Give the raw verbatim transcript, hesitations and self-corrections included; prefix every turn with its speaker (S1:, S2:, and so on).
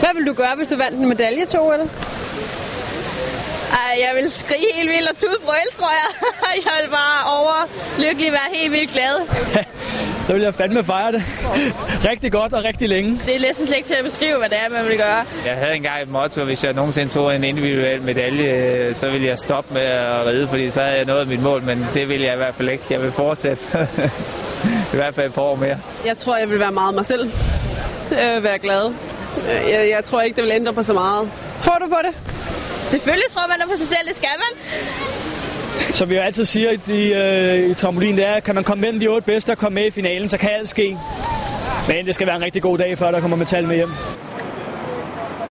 S1: Hvad ville du gøre, hvis du vandt en medalje til O L?
S2: Ej, jeg vil skrige helt vildt og tude brøl, tror jeg. Jeg vil bare over lykkelig være helt vildt glad.
S3: Så vil jeg fandme fejre det. Rigtig godt og rigtig længe.
S2: Det er næsten slet ikke til at beskrive, hvad det er, man vil gøre.
S4: Jeg havde engang et motto, hvis jeg nogensinde tog en individuel medalje, så ville jeg stoppe med at ride, fordi så havde jeg nået mit mål, men det vil jeg i hvert fald ikke. Jeg vil fortsætte. I hvert fald et par år mere.
S1: Jeg tror, jeg vil være meget mig selv. Jeg vil være glad. Jeg, jeg tror ikke, det vil ændre på så meget. Tror du på det?
S2: Selvfølgelig tror man da på sig selv, det skal man.
S3: Som vi jo altid siger i, i, øh, i trampolin, det er, kan man komme mellem de otte bedste og komme med i finalen, så kan alt ske. Men det skal være en rigtig god dag, før der kommer metal med hjem.